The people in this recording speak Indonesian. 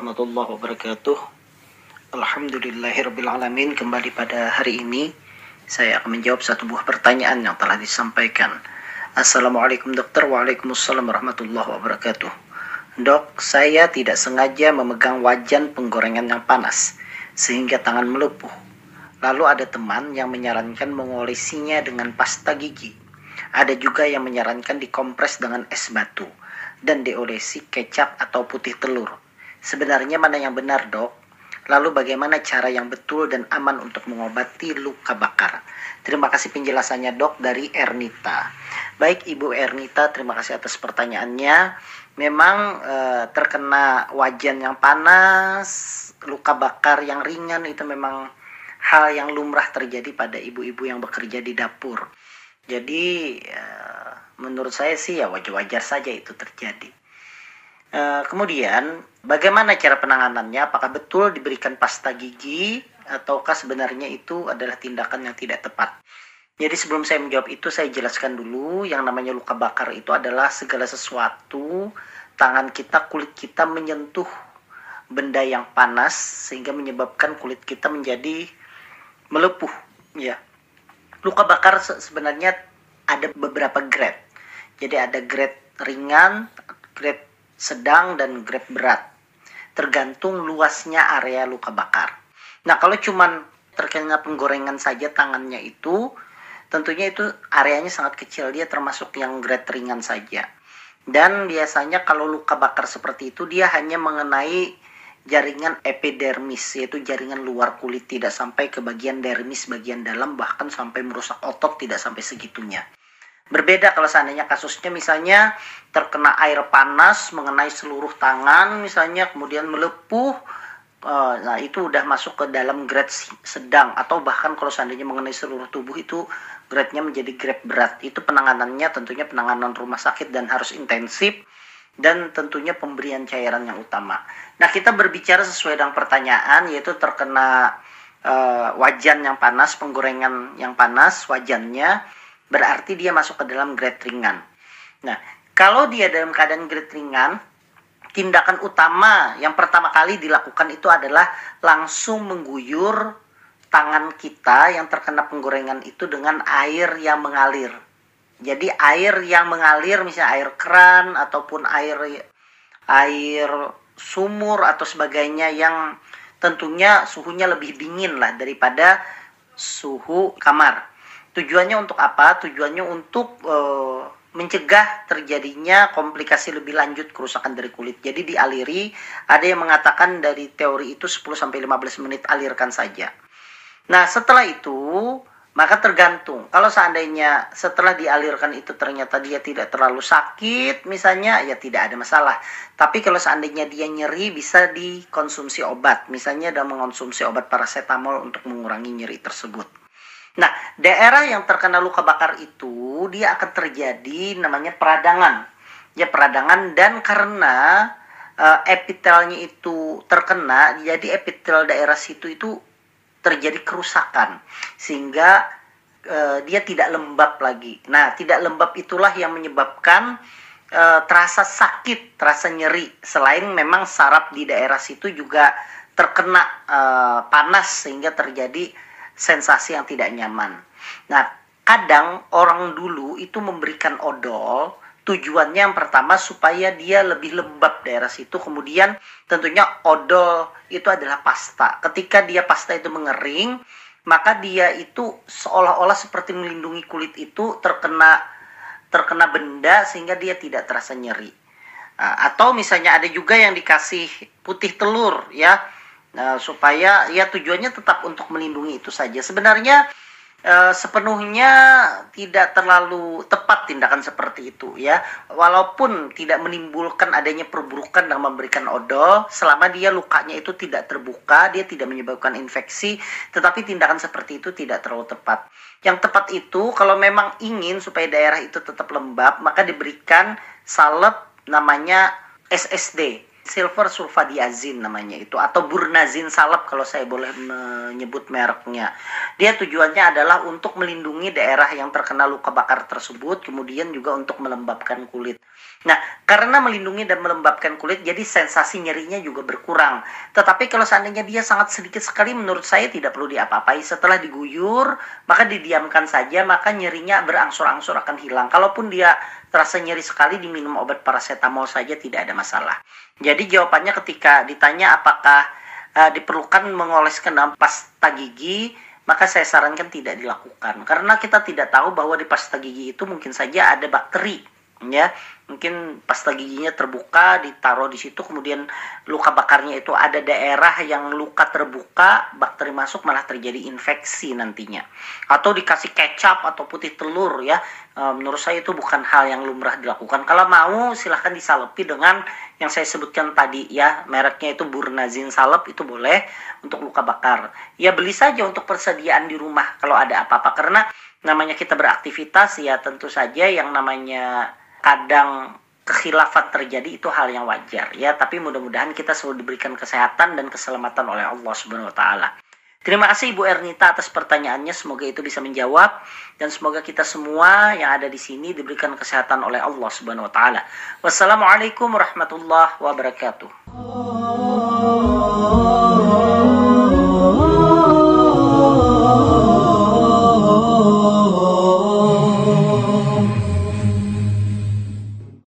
warahmatullahi wabarakatuh. Alhamdulillahirrabbilalamin. Kembali pada hari ini saya akan menjawab satu buah pertanyaan yang telah disampaikan. Assalamualaikum dokter. Waalaikumsalam warahmatullahi wabarakatuh. Dok, saya tidak sengaja memegang wajan penggorengan yang panas sehingga tangan melepuh. Lalu ada teman yang menyarankan mengolesinya dengan pasta gigi. Ada juga yang menyarankan dikompres dengan es batu dan diolesi kecap atau putih telur. Sebenarnya mana yang benar, dok? Lalu bagaimana cara yang betul dan aman untuk mengobati luka bakar? Terima kasih penjelasannya, dok, dari Ernita. Baik, Ibu Ernita, terima kasih atas pertanyaannya. Memang terkena wajan yang panas, luka bakar yang ringan itu memang hal yang lumrah terjadi pada ibu-ibu yang bekerja di dapur. Jadi menurut saya sih ya wajar-wajar saja itu terjadi. Kemudian bagaimana cara penanganannya? Apakah betul diberikan pasta gigi ataukah sebenarnya itu adalah tindakan yang tidak tepat? Jadi sebelum saya menjawab itu, saya jelaskan dulu yang namanya luka bakar itu adalah segala sesuatu tangan kita, kulit kita menyentuh benda yang panas sehingga menyebabkan kulit kita menjadi melepuh, ya. Luka bakar sebenarnya ada beberapa grade. Jadi ada grade ringan, grade sedang, dan grade berat. Tergantung luasnya area luka bakar. Nah, kalau cuman terkena penggorengan saja tangannya itu, tentunya itu areanya sangat kecil. Dia termasuk yang grade ringan saja. Dan biasanya kalau luka bakar seperti itu, dia hanya mengenai jaringan epidermis, yaitu jaringan luar kulit, tidak sampai ke bagian dermis, bagian dalam, bahkan sampai merusak otot, tidak sampai segitunya. Berbeda kalau seandainya kasusnya misalnya terkena air panas mengenai seluruh tangan misalnya, kemudian melepuh, nah itu udah masuk ke dalam grade sedang, atau bahkan kalau seandainya mengenai seluruh tubuh itu grade-nya menjadi grade berat. Itu penanganannya tentunya penanganan rumah sakit dan harus intensif, dan tentunya pemberian cairan yang utama. Nah, kita berbicara sesuai dengan pertanyaan, yaitu terkena wajan yang panas, penggorengan yang panas wajannya, berarti dia masuk ke dalam grade ringan. Nah, kalau dia dalam keadaan grade ringan, tindakan utama yang pertama kali dilakukan itu adalah langsung mengguyur tangan kita yang terkena penggorengan itu dengan air yang mengalir. Jadi air yang mengalir, misalnya air keran ataupun air sumur atau sebagainya, yang tentunya suhunya lebih dingin lah daripada suhu kamar. Tujuannya untuk apa? Tujuannya untuk mencegah terjadinya komplikasi lebih lanjut kerusakan dari kulit. Jadi dialiri, ada yang mengatakan dari teori itu 10-15 menit alirkan saja. Nah, setelah itu maka tergantung. Kalau seandainya setelah dialirkan itu ternyata dia tidak terlalu sakit misalnya, ya tidak ada masalah. Tapi kalau seandainya dia nyeri, bisa dikonsumsi obat. Misalnya dan mengonsumsi obat paracetamol untuk mengurangi nyeri tersebut. Nah, daerah yang terkena luka bakar itu dia akan terjadi namanya peradangan. Ya, peradangan, dan karena epitelnya itu terkena, jadi epitel daerah situ itu terjadi kerusakan sehingga dia tidak lembab lagi. Nah, tidak lembab itulah yang menyebabkan terasa sakit, terasa nyeri. Selain memang saraf di daerah situ juga terkena panas sehingga terjadi sensasi yang tidak nyaman. Nah, kadang orang dulu itu memberikan odol, tujuannya yang pertama supaya dia lebih lembab daerah situ. Kemudian tentunya odol itu adalah pasta. Ketika dia pasta itu mengering, maka dia itu seolah-olah seperti melindungi kulit itu terkena benda sehingga dia tidak terasa nyeri. Atau misalnya ada juga yang dikasih putih telur, ya. Supaya ya tujuannya tetap untuk melindungi itu saja. Sebenarnya sepenuhnya tidak terlalu tepat tindakan seperti itu, ya. Walaupun tidak menimbulkan adanya perburukan dalam memberikan odol, selama dia lukanya itu tidak terbuka, dia tidak menyebabkan infeksi, tetapi tindakan seperti itu tidak terlalu tepat. Yang tepat itu kalau memang ingin supaya daerah itu tetap lembab, maka diberikan salep namanya SSD. silver sulfadiazin namanya itu, atau burnazin salep kalau saya boleh menyebut mereknya. Dia tujuannya adalah untuk melindungi daerah yang terkena luka bakar tersebut, kemudian juga untuk melembabkan kulit. Nah, karena melindungi dan melembabkan kulit, jadi sensasi nyerinya juga berkurang. Tetapi kalau seandainya dia sangat sedikit sekali, menurut saya tidak perlu diapa-apai. Setelah diguyur, maka didiamkan saja, maka nyerinya berangsur-angsur akan hilang. Kalaupun dia terasa nyeri sekali, diminum obat paracetamol saja tidak ada masalah. Jadi jawabannya ketika ditanya apakah diperlukan mengoleskan dalam pasta gigi, maka saya sarankan tidak dilakukan. Karena kita tidak tahu bahwa di pasta gigi itu mungkin saja ada bakteri, ya. Mungkin pasta giginya terbuka, ditaruh di situ, kemudian luka bakarnya itu ada daerah yang luka terbuka, bakteri masuk malah terjadi infeksi nantinya. Atau dikasih kecap atau putih telur, ya. Menurut saya itu bukan hal yang lumrah dilakukan. Kalau mau silahkan disalepi dengan yang saya sebutkan tadi, ya, mereknya itu burnazin salep, itu boleh untuk luka bakar. Ya beli saja untuk persediaan di rumah kalau ada apa-apa, karena namanya kita beraktivitas, ya tentu saja yang namanya kadang kekhilafan terjadi itu hal yang wajar, ya, tapi mudah-mudahan kita selalu diberikan kesehatan dan keselamatan oleh Allah Subhanahu wa taala. Terima kasih Ibu Ernita atas pertanyaannya, semoga itu bisa menjawab, dan semoga kita semua yang ada di sini diberikan kesehatan oleh Allah Subhanahu wa taala. Wassalamualaikum warahmatullahi wabarakatuh.